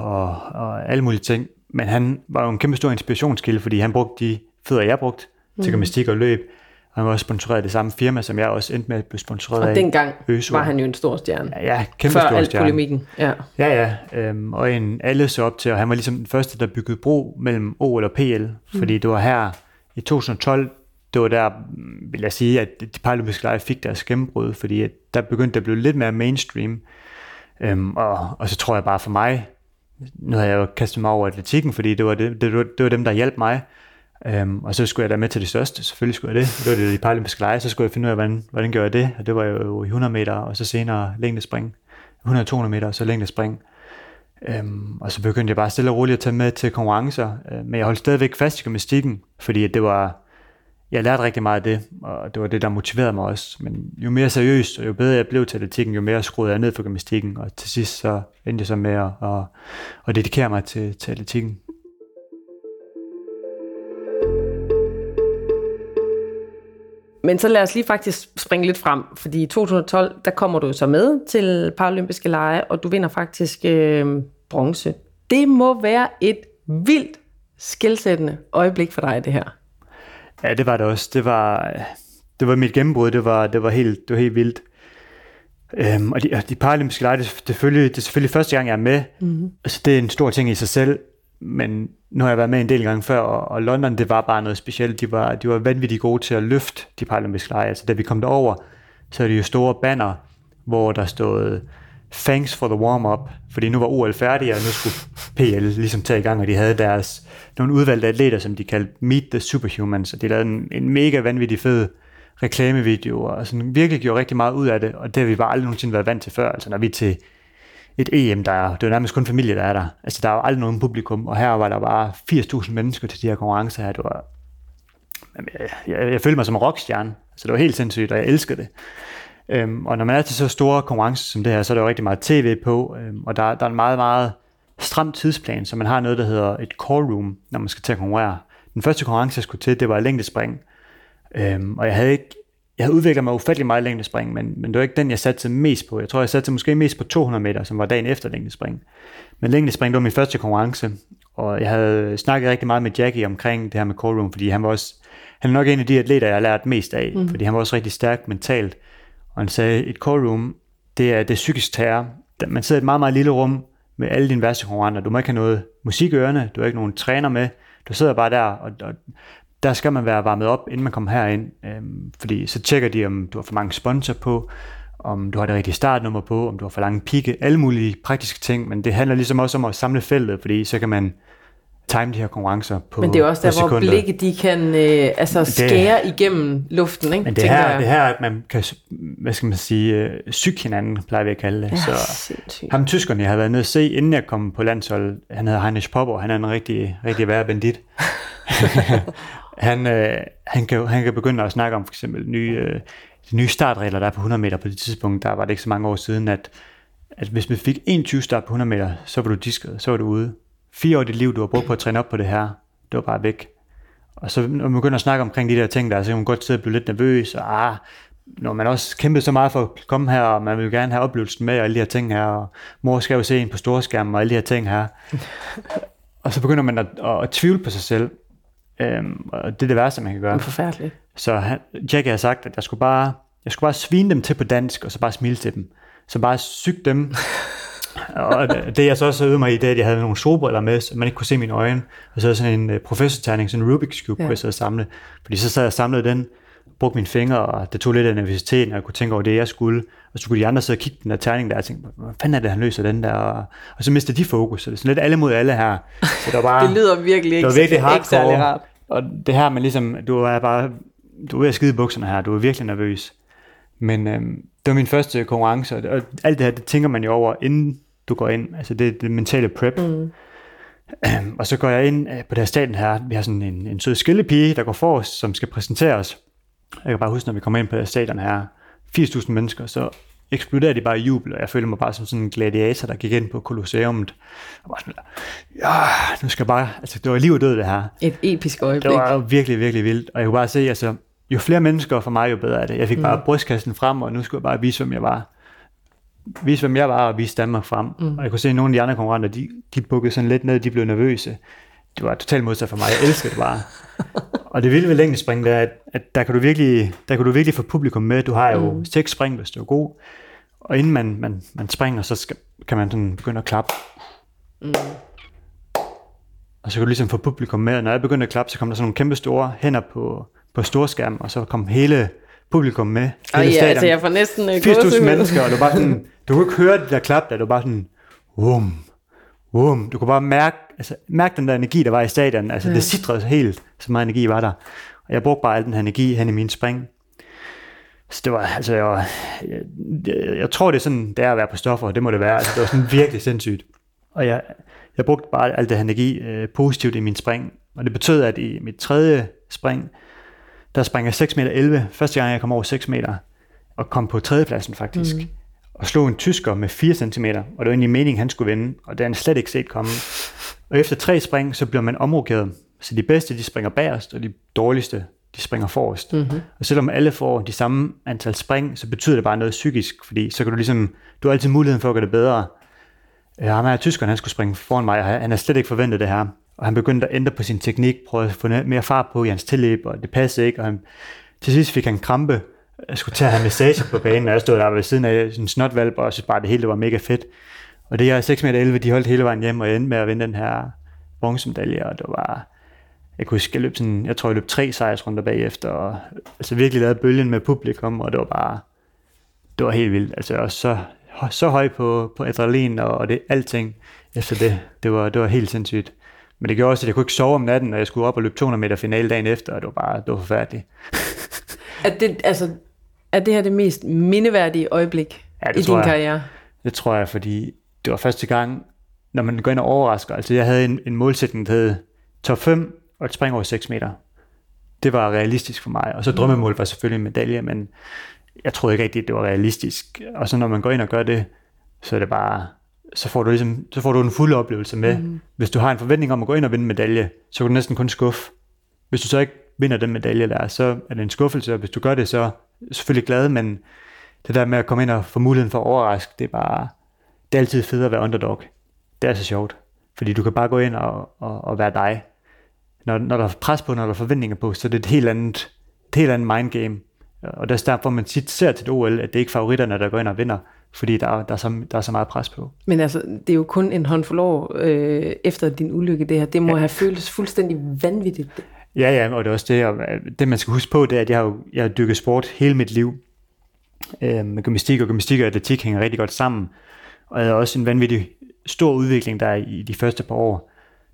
og alle mulige ting. Men han var jo en kæmpe stor inspirationskilde, fordi han brugte de fødder, jeg brugte til gymnastik og løb. Og han var også sponsoreret af det samme firma, som jeg også endte med at blive sponsoreret af. Og dengang var han jo en stor stjerne. Ja, kæmpe stor stjerne. Før alt polemikken. Ja. Og alle så op til, og han var ligesom den første, der byggede bro mellem OL og PL. Fordi det var her i 2012, det var der, vil jeg sige, at de paralympiske lege fik deres gennembrud, fordi der begyndte det at blive lidt mere mainstream. Og så tror jeg bare for mig, nu har jeg jo kastet mig over atletikken, fordi det var dem, der hjalp mig. Og så skulle jeg da med til det største, selvfølgelig skulle jeg det. Det var de paralympiske lege, så skulle jeg finde ud af, hvordan gør jeg det. Og det var jo i 100 meter, og så senere længdespring. 100-200 meter, og så længdespring. Og så begyndte jeg bare stille og roligt at tage med til konkurrencer. Men jeg holdt stadigvæk fast i gymnastikken, fordi jeg lærte rigtig meget af det, og det var det, der motiverede mig også. Men jo mere seriøst, og jo bedre jeg blev til atletikken, jo mere skruede jeg ned for gymnastikken. Og til sidst så endte jeg så med at dedikere mig til atletikken. Men så lad os lige faktisk springe lidt frem, fordi i 2012, der kommer du så med til paralympiske lege, og du vinder faktisk bronze. Det må være et vildt skelsættende øjeblik for dig, det her. Ja, det var det også. Det var mit gennembrud, det var helt vildt. Og de paralympiske lege, det er selvfølgelig første gang, jeg er med. Altså, det er en stor ting i sig selv, men nu har jeg været med en del gange før, og London, det var bare noget specielt. De var vanvittigt gode til at løfte de paralympiske lege. Altså da vi kom derover, så er det jo store banner, hvor der stod thanks for the warm-up, fordi nu var OL færdig, og nu skulle PL ligesom tage i gang, og de havde nogle udvalgte atleter, som de kaldte Meet the Superhumans, og de lavede en mega vanvittig fed reklamevideo, og sådan virkelig gjorde rigtig meget ud af det, og det har vi bare aldrig nogensinde været vant til før. Altså når vi er til et EM, det er jo nærmest kun familie, der er der. Altså der er jo aldrig nogen publikum, og her var der bare 80.000 mennesker til de her konkurrencer her. Det var, jeg følte mig som en rockstjerne, så det var helt sindssygt, og jeg elskede det. Og når man er til så store konkurrencer som det her, så er der jo rigtig meget tv på, og der er en meget, meget stram tidsplan, så man har noget, der hedder et call room, når man skal til at konkurrere. Den første konkurrence, jeg skulle til, det var længdespring, og jeg havde udviklet mig ufattelig meget i længdespring, men det var ikke den, jeg satte mest på. Jeg tror, jeg satte måske mest på 200 meter, som var dagen efter længdespring. Men længdespring, det var min første konkurrence, og jeg havde snakket rigtig meget med Jackie omkring det her med call room, fordi han er nok en af de atleter, jeg har lært mest af, fordi han var også rigtig stærk mentalt. Og han sagde, et call room, det er psykisk terror. Man sidder i et meget, meget lille rum med alle dine værste konkurrenter. Du må ikke have noget musik i ørerne, du har ikke nogen træner med. Du sidder bare der, og der skal man være varmet op, inden man kommer herind. Fordi så tjekker de, om du har for mange sponsorer på, om du har det rigtige startnummer på, om du har for lange pigge, alle mulige praktiske ting. Men det handler ligesom også om at samle feltet, fordi så kan man time de her konkurrencer på. Men det er også der, hvor blikket de kan skære igennem luften, ikke? Men det her, at man kan, hvad skal man sige, syge hinanden, plejer vi at kalde det. Ja, så ham tyskerne, jeg havde været nede at se, inden jeg kom på landshold, han hedder Heinrich Popper, han er en rigtig, rigtig værre bandit. han kan begynde at snakke om for eksempel de nye startregler, der er på 100 meter på det tidspunkt. Der var det ikke så mange år siden, at hvis vi fik 21 start på 100 meter, så var du disket, så var du ude. 4 år i dit liv, du har brugt på at træne op på det her, det var bare væk. Og så når man begynder at snakke omkring de der ting der, så kan man godt sidde og blive lidt nervøs, og når man også kæmpede så meget for at komme her, og man vil gerne have oplevelsen med, og alle de her ting her, og mor skal jo se en på storskærmen, og alle de her ting her. Og så begynder man at tvivle på sig selv, og det er det værste, man kan gøre. Det er forfærdeligt. Så Jackie har sagt, at jeg skulle bare svine dem til på dansk, og så bare smile til dem. Så bare syg dem. Og det jeg så også øvede mig i, det at jeg havde nogle solbriller med, så man ikke kunne se mine øjne, og så havde sådan en professorterning, sådan en Rubik's Cube, hvor jeg sad og samlede. Fordi så sad jeg og samlede den, brugte mine fingre, og det tog lidt af nervøsiteten, og jeg kunne tænke over det, jeg skulle. Og så kunne de andre sidde og kigge den der terning der, og tænke, hvad fanden er det, han løser den der? Og så mistede de fokus, så det er sådan lidt alle mod alle her. Så det var bare, det lyder virkelig ikke særlig rart. Og det her, man ligesom, du er ved at skide i bukserne her, du er virkelig nervøs. Men det var min første konkurrence, og alt det her, det tænker man jo over, inden du går ind, altså det mentale prep. Og så går jeg ind på det her stadion her, vi har sådan en sød skillepige, der går forrest, som skal præsentere os. Jeg kan bare huske, når vi kommer ind på det her stadion her, 80.000 mennesker, så eksploderer de bare i jubel, og jeg føler mig bare som sådan en gladiator, der gik ind på Colosseummet, og bare sådan, nu skal jeg bare, altså det var liv og død det her. Et episk øjeblik. Det var virkelig, virkelig vildt, og jeg kunne bare se, altså jo flere mennesker for mig, jo bedre er det. Jeg fik bare brystkassen frem, og nu skulle jeg bare vise, hvem jeg var. Og vise Danmark frem. Og jeg kunne se, at nogle af de andre konkurrenter, de bukkede sådan lidt ned, de blev nervøse. Det var totalt modsat for mig. Jeg elskede det bare. Og det vilde ved længdespring, det er, at der kan du virkelig få publikum med. Du har jo 6 spring, hvis du er god. Og inden man springer, så kan man sådan begynde at klappe. Og så kan du ligesom få publikum med. Og når jeg begyndte at klappe, så kom der sådan nogle kæmpe store hænder på storskærmen, og så kom hele publikum med. Altså jeg får næsten 80.000 mennesker, og du bare sådan, du kunne ikke høre det der klap der, du bare sådan, du kunne bare mærke den der energi, der var i stadion, altså det sitrede helt, så meget energi var der, og jeg brugte bare al den her energi hen i min spring. Så det var, altså jeg tror det er sådan, det er at være på stoffer, det må det være, altså det var sådan virkelig sindssygt, og jeg brugte bare al den her energi positivt i min spring, og det betød, at i mit tredje spring, der sprang jeg 6,11 meter. Første gang jeg kom over 6 meter, og kom på tredjepladsen faktisk, og slog en tysker med 4 centimeter, og det var egentlig meningen, han skulle vinde, og det er han slet ikke set komme. Og efter 3 spring, så bliver man omrokeret, så de bedste, de springer bagerst, og de dårligste, de springer forrest. Og selvom alle får de samme antal spring, så betyder det bare noget psykisk, fordi så kan du har altid muligheden for at gøre det bedre. Ham her tyskeren, han skulle springe foran mig, og han har slet ikke forventet det her. Og han begyndte at ændre på sin teknik, prøvede at få mere fart på i hans tilløb, og det passede ikke, og til sidst fik han krampe. Jeg skulle til at have massage på banen, og jeg stod der ved siden af sådan en snotvalp, og så bare det hele var mega fedt. Og det her 6,11 meter, de holdt hele vejen hjem, og jeg endte med at vinde den her bronzemedaljer, og det var, jeg kunne huske, jeg tror jeg løb 3 sejrsrunder bagefter, og altså virkelig lavede bølgen med publikum, og det var helt vildt. Altså jeg var så høj på adrenalin og det alting efter det. Det var helt sindssygt. Men det gjorde også, at jeg kunne ikke sove om natten, og jeg skulle op og løbe 200 meter finale dagen efter, og det var forfærdeligt. Er det her det mest mindeværdige øjeblik i din karriere? Det tror jeg, fordi det var første gang, når man går ind og overrasker. Altså jeg havde en målsætning, der hed top 5 og et spring over 6 meter. Det var realistisk for mig. Og så drømmemål var selvfølgelig en medalje, men jeg troede ikke rigtigt, at det var realistisk. Og så når man går ind og gør det, så er det bare, så får du en fuld oplevelse med. Hvis du har en forventning om at gå ind og vinde en medalje, så kan du næsten kun skuffe. Hvis du så ikke vinder den medalje der, så er det en skuffelse, og hvis du gør det, så er jeg selvfølgelig glad, men det der med at komme ind og få muligheden for at overraske, det er altid fedt at være underdog. Det er så sjovt, fordi du kan bare gå ind og være dig. Når der er pres på, når der er forventninger på, så er det et helt andet mindgame. Og det er derfor, man ser til et OL, at det ikke er favoritterne, der går ind og vinder, fordi der er så meget pres på. Men altså, det er jo kun en håndfuld år efter din ulykke, det her. Det må have føltes fuldstændig vanvittigt. Ja, og det er også det. Og det, man skal huske på, det er, at jeg har dyrket sport hele mit liv. Med gymnastik og atletik hænger rigtig godt sammen. Og jeg havde også en vanvittig stor udvikling der i de første par år.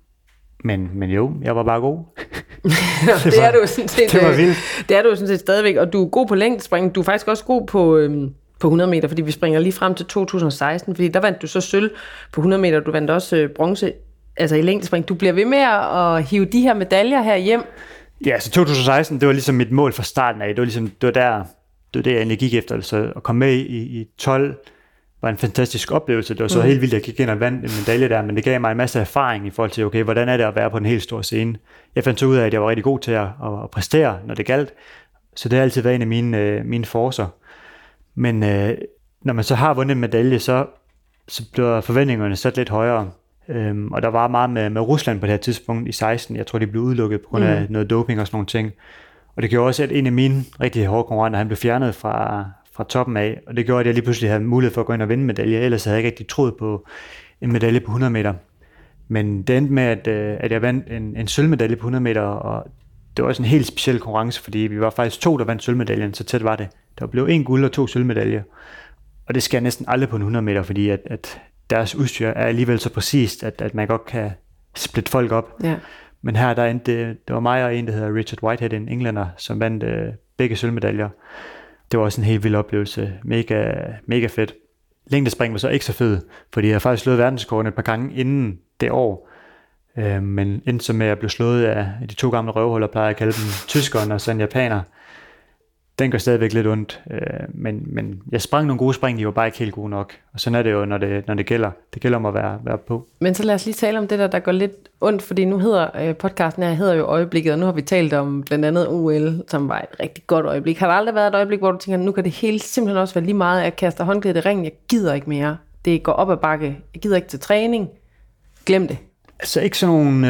Men jo, jeg var bare god. Det er du sådan set. Det var vildt. Det er du sådan set stadigvæk, og du er god på længdespring. Du er faktisk også god på 100 meter, fordi vi springer lige frem til 2016, fordi der vandt du så sølv på 100 meter, du vandt også bronze, altså i længdespring. Du bliver ved med at hive de her medaljer her hjem. Ja, så 2016, det var ligesom mit mål fra starten af. Det var der, jeg egentlig gik efter. Så at komme med i 12 var en fantastisk oplevelse. Det var så helt vildt, at jeg gik ind og vandt en medalje der, men det gav mig en masse erfaring i forhold til, okay, hvordan er det at være på en helt stor scene. Jeg fandt så ud af, at jeg var rigtig god til at præstere, når det galt. Så det har altid været en af mine forcer. Men når man så har vundet en medalje, så bliver forventningerne sat lidt højere. Og der var meget med Rusland på det her tidspunkt i 16. Jeg tror, de blev udelukket på grund af noget doping og sådan nogle ting. Og det gjorde også, at en af mine rigtig hårde konkurrenter, han blev fjernet fra toppen af. Og det gjorde, at jeg lige pludselig havde mulighed for at gå ind og vinde en medalje. Ellers havde jeg ikke rigtig troet på en medalje på 100 meter. Men det endte med, at jeg vandt en sølvmedalje på 100 meter. Og det var også en helt speciel konkurrence, fordi vi var faktisk 2, der vandt sølvmedaljen. Så tæt var det. Der blev 1 guld og 2 sølvmedaljer. Og det sker næsten aldrig på en 100 meter, fordi at deres udstyr er alligevel så præcist, at man godt kan splitte folk op. Ja. Men her der endte det var mig og en, der hedder Richard Whitehead, en englænder, som vandt begge sølvmedaljer. Det var også en helt vild oplevelse. Mega fedt. Længdespring var så ikke så fed, fordi jeg har faktisk slået verdensrekorden et par gange inden det år. Men endte så med at blive slået af de 2 gamle røvhuller, plejer jeg at kalde dem, tyskeren og så en japaner. Den gør stadigvæk lidt ondt, men jeg sprang nogle gode spring, de var bare ikke helt gode nok. Og sådan er det jo, når det gælder. Det gælder om at være på. Men så lad os lige tale om det der går lidt ondt, fordi nu hedder podcasten her hedder jo Øjeblikket, og nu har vi talt om blandt andet OL, som var et rigtig godt øjeblik. Har der aldrig været et øjeblik, hvor du tænker, nu kan det hele simpelthen også være lige meget, at jeg kaster håndklædet i ringen, jeg gider ikke mere. Det går op ad bakke, jeg gider ikke til træning. Glem det. Altså ikke sådan nogle,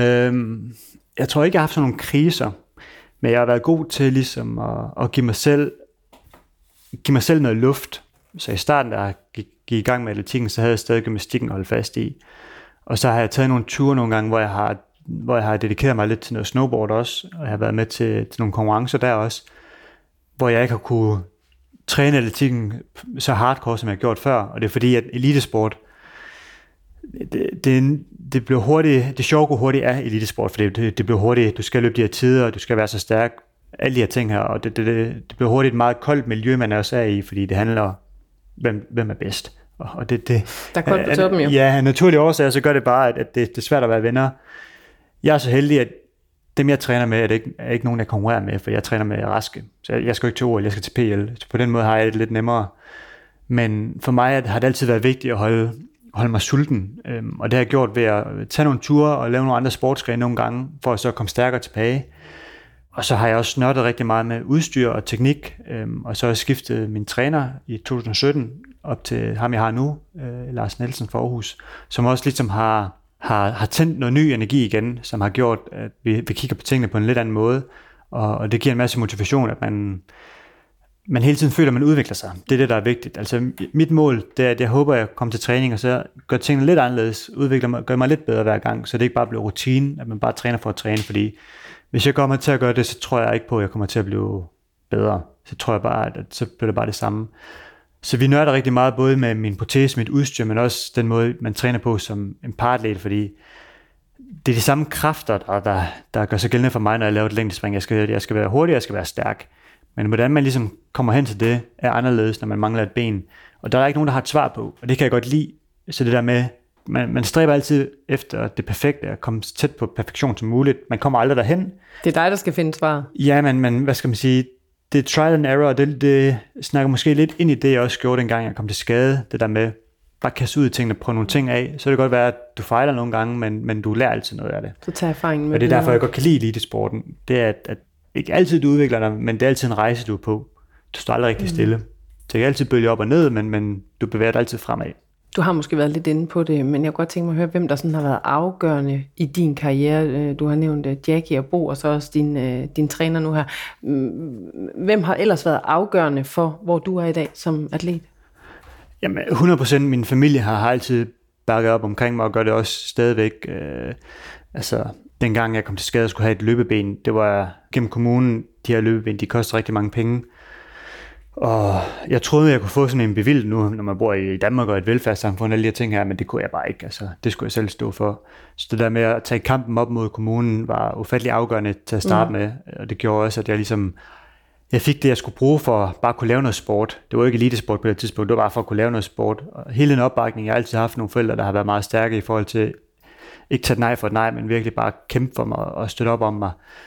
jeg tror ikke, jeg har haft sådan nogle kriser. Men jeg har været god til ligesom at give mig selv noget luft. Så i starten, da jeg gik i gang med atletikken, så havde jeg stadig gymnastikken at holde fast i. Og så har jeg taget nogle ture nogle gange, hvor jeg har dedikeret mig lidt til noget snowboard også. Og jeg har været med til nogle konkurrencer der også. Hvor jeg ikke har kunne træne atletikken så hardcore, som jeg har gjort før. Og det er fordi, at elitesport, det bliver hurtigt, det sjove går hurtigt af elitesport, for det bliver hurtigt, du skal løbe de her tider, og du skal være så stærk, alle de her ting her, og det bliver hurtigt et meget koldt miljø, man også er i, fordi det handler om, hvem er bedst. Og det der er koldt på toppen, jo. Ja, naturlige årsager, så gør det bare, at det er svært at være venner. Jeg er så heldig, at dem jeg træner med, er ikke nogen, jeg konkurrerer med, for jeg træner med raske, så jeg skal ikke til OL, jeg skal til PL, så på den måde har jeg det lidt nemmere. Men for mig har det altid været vigtigt at holde mig sulten, og det har jeg gjort ved at tage nogle ture og lave nogle andre sportsgrene nogle gange, for at så komme stærkere tilbage. Og så har jeg også nørdet rigtig meget med udstyr og teknik, og så har jeg skiftet min træner i 2017 op til ham, jeg har nu, Lars Nielsen fra Aarhus, som også ligesom har tændt noget ny energi igen, som har gjort, at vi kigger på tingene på en lidt anden måde, og det giver en masse motivation, at man hele tiden føler, at man udvikler sig. Det er det, der er vigtigt. Altså mit mål, det er, at jeg håber, at jeg kommer til træning, og så gør tingene lidt anderledes, gør mig lidt bedre hver gang, så det ikke bare bliver rutine, at man bare træner for at træne, fordi hvis jeg kommer til at gøre det, så tror jeg ikke på, at jeg kommer til at blive bedre. Så tror jeg bare, at så bliver det bare det samme. Så vi nørder rigtig meget, både med min protese, mit udstyr, men også den måde, man træner på som en paratlet, fordi det er de samme kræfter, der gør sig gældende for mig, når jeg laver et længdespring. Jeg skal være hurtig, jeg skal være stærk. Men hvordan man ligesom kommer hen til det, er anderledes, når man mangler et ben. Og der er ikke nogen, der har et svar på, og det kan jeg godt lide. Så det der med, man stræber altid efter det perfekte, at komme tæt på perfektion som muligt. Man kommer aldrig derhen. Det er dig, der skal finde svar. Ja, men hvad skal man sige, det er trial and error, og det snakker måske lidt ind i det, jeg også gjorde dengang, jeg kom til skade. Det der med, bare kaste ud i tingene, prøve nogle ting af. Så kan det godt være, at du fejler nogle gange, men du lærer altid noget af det. Du tager erfaringen med og det er derfor, jeg godt kan lide elitesporten. Det er, at ikke altid du udvikler dig, men det er altid en rejse, du er på. Du står aldrig rigtig stille. Så det kan altid bølge op og ned, men du bevæger dig altid fremad. Du har måske været lidt inde på det, men jeg kunne godt tænke mig at høre, hvem der sådan har været afgørende i din karriere. Du har nævnt Jackie og Bo, og så også din træner nu her. Hvem har ellers været afgørende for, hvor du er i dag som atlet? Jamen 100% min familie har altid bakket op omkring mig, og gør det også stadigvæk. Dengang jeg kom til skade og skulle have et løbeben, det var gennem kommunen, de her løbeben, de koster rigtig mange penge. Og jeg troede, jeg kunne få sådan en bevilling nu, når man bor i Danmark og et velfærdssamfund, alle de her ting her, men det kunne jeg bare ikke. Altså, det skulle jeg selv stå for. Så det der med at tage kampen op mod kommunen var ufattelig afgørende til at starte med, og det gjorde også, at jeg fik det, jeg skulle bruge for at bare kunne lave noget sport. Det var ikke elitesport på det tidspunkt, det var bare for at kunne lave noget sport. Og hele den opbakning, jeg har altid haft nogle forældre, der har været meget stærke i forhold til ikke tage et nej for et nej, men virkelig bare kæmpe for mig og støtte op om mig.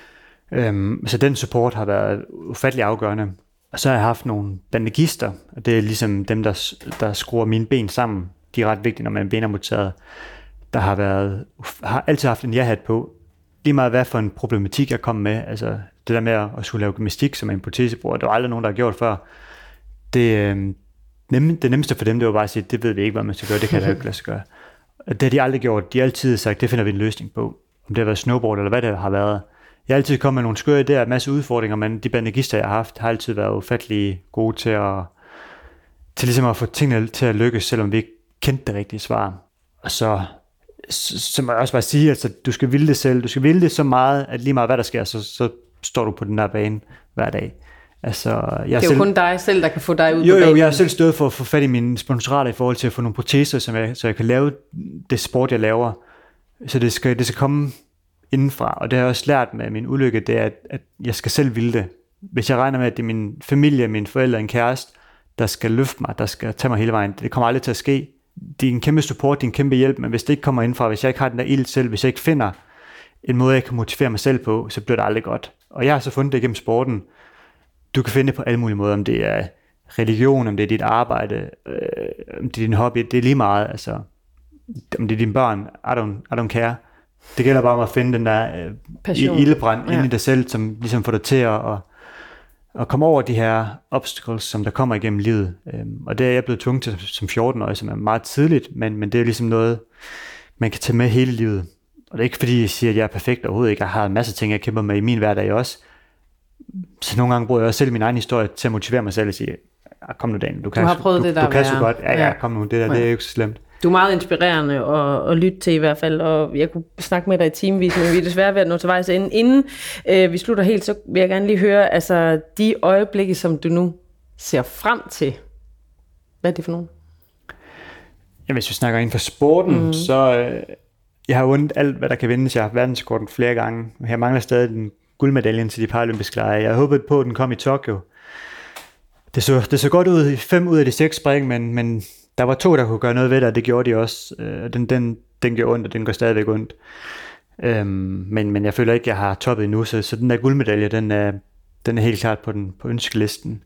Så den support har været ufattelig afgørende. Og så har jeg haft nogle bandagister, og det er ligesom dem, der skruer mine ben sammen. De er ret vigtige, når man er benamputeret. Der har altid haft en ja-hat på. Lige meget hvad for en problematik jeg kom med. Altså det der med at skulle lave gymnastik som en protesebruger, det var aldrig nogen, der har gjort før. Det nemmeste for dem, det var bare at sige, det ved vi ikke, hvad man skal gøre, det kan jeg ikke lade sig gøre. Det har de aldrig gjort. De har altid sagt, det finder vi en løsning på. Om det har været snowboard eller hvad det har været. Jeg har altid kommet med nogle skøre idéer, en masse udfordringer, men de bandagister, jeg har haft, har altid været ufattelig gode til ligesom at få tingene til at lykkes, selvom vi ikke kendte det rigtige svar. Og så må jeg også bare sige, at du skal ville det selv. Du skal ville det så meget, at lige meget hvad der sker, så står du på den der bane hver dag. Altså, det er jo kun dig selv, der kan få dig ud på banen. Jo, jeg har selv stået for at få fat i mine sponsorater i forhold til at få nogle proteser, så jeg kan lave det sport, jeg laver. Så det skal komme indenfra. Og det har jeg også lært med min ulykke, det er, at jeg skal selv ville det. Hvis jeg regner med, at det er min familie, mine forældre, en kæreste, der skal løfte mig, der skal tage mig hele vejen, det kommer aldrig til at ske. Det er en kæmpe support, det er en kæmpe hjælp, men hvis det ikke kommer indenfra, hvis jeg ikke har den der ild selv, hvis jeg ikke finder en måde, jeg kan motivere mig selv på, så bliver det aldrig godt. Og jeg har så fundet det gennem sporten. Du kan finde det på alle mulige måder, om det er religion, om det er dit arbejde, om det er din hobby, det er lige meget, altså, om det er dine børn, I don't care. Det gælder bare om at finde den der ildebrand inde i dig selv, som ligesom får dig til at komme over de her obstacles, som der kommer igennem livet. Og det er jeg blevet tvunget til som 14-årig, som er meget tidligt, men det er ligesom noget, man kan tage med hele livet. Og det er ikke fordi, jeg siger, at jeg er perfekt overhovedet ikke. Jeg har en masse ting, jeg kæmper med i min hverdag også. Så nogle gange bruger jeg også selv min egen historie til at motivere mig selv og sige, kom nu Daniel, du kan så godt. Ja, kom nu, det er jo ikke så slemt. Du er meget inspirerende at lytte til i hvert fald, og jeg kunne snakke med dig i timevis, men vi er desværre ved at nå til vejs ende. Inden vi slutter helt, så vil jeg gerne lige høre, altså de øjeblikke, som du nu ser frem til, hvad er det for nogen? Ja, hvis vi snakker inden for sporten, så jeg har vundet alt, hvad der kan vindes. Jeg har haft verdensrekorden flere gange. Jeg mangler stadig den guldmedaljen til de paralympiske lege. Jeg håbede på, at den kom i Tokyo. Det så godt ud i 5 ud af de 6 spring, men der var 2, der kunne gøre noget ved det, og det gjorde de også. Den gjorde ondt, og den går stadigvæk ondt. Men jeg føler ikke, jeg har toppet endnu, så den der guldmedalje, den er helt klart på ønskelisten.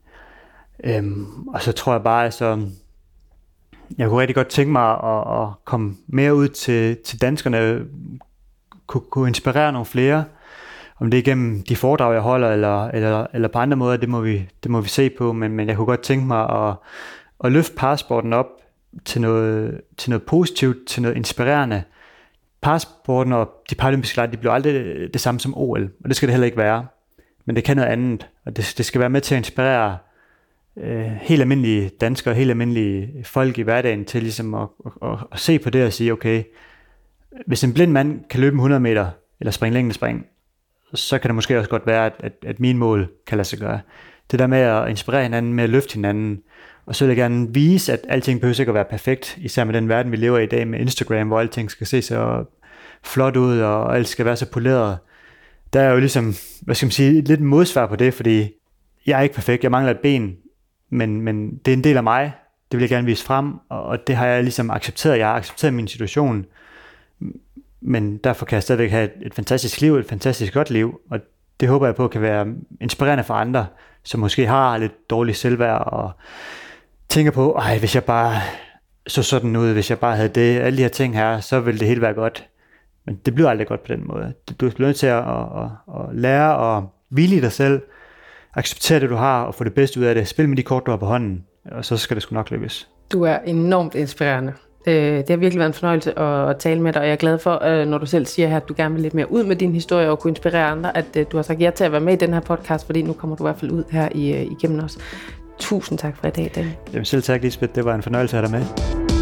Og så tror jeg bare, altså, jeg kunne rigtig godt tænke mig at komme mere ud til danskerne, kunne inspirere nogle flere, om det er gennem de foredrag, jeg holder, eller på andre måder, det må vi se på, men jeg kunne godt tænke mig at løfte parasporten op til noget positivt, til noget inspirerende. Parasporten og de paralympiske lege, de bliver aldrig det samme som OL, og det skal det heller ikke være, men det kan noget andet, og det skal være med til at inspirere helt almindelige danskere, helt almindelige folk i hverdagen til ligesom at se på det og sige, okay, hvis en blind mand kan løbe 100 meter eller springe længdespring, så kan det måske også godt være, at mine mål kan lade sig gøre. Det der med at inspirere hinanden, med at løfte hinanden, og så vil jeg gerne vise, at alting behøver ikke at være perfekt, især med den verden, vi lever i dag med Instagram, hvor alting skal se så flot ud, og alt skal være så poleret. Der er jo ligesom, lidt modsvar på det, fordi jeg er ikke perfekt, jeg mangler et ben, men det er en del af mig, det vil jeg gerne vise frem, og det har jeg ligesom accepteret. Jeg har accepteret min situation, men derfor kan jeg stadigvæk have et fantastisk liv, et fantastisk godt liv, og det håber jeg på kan være inspirerende for andre, som måske har lidt dårligt selvværd, og tænker på, hvis jeg bare så sådan ud, hvis jeg bare havde det, alle de her ting her, så ville det hele være godt. Men det bliver aldrig godt på den måde. Du bliver nødt til at lære og hvile i dig selv, acceptere det, du har, og få det bedste ud af det. Spil med de kort, du har på hånden, og så skal det sgu nok lykkes. Du er enormt inspirerende. Det har virkelig været en fornøjelse at tale med dig, og jeg er glad for, når du selv siger her, at du gerne vil lidt mere ud med din historie og kunne inspirere andre, at du har sagt ja til at være med i den her podcast, fordi nu kommer du i hvert fald ud her igennem os. Tusind tak for i dag, Daniel. Jamen selv tak, Lisbeth. Det var en fornøjelse at have dig med.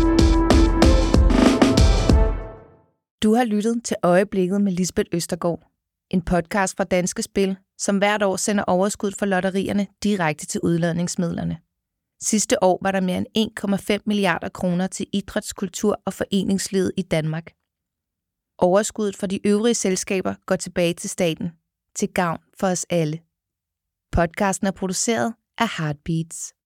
Du har lyttet til Øjeblikket med Lisbeth Østergaard. En podcast fra Danske Spil, som hvert år sender overskud for lotterierne direkte til udlodningsmidlerne. Sidste år var der mere end 1,5 milliarder kroner til idræts-, kultur- og foreningslivet i Danmark. Overskuddet for de øvrige selskaber går tilbage til staten, til gavn for os alle. Podcasten er produceret af Heartbeats.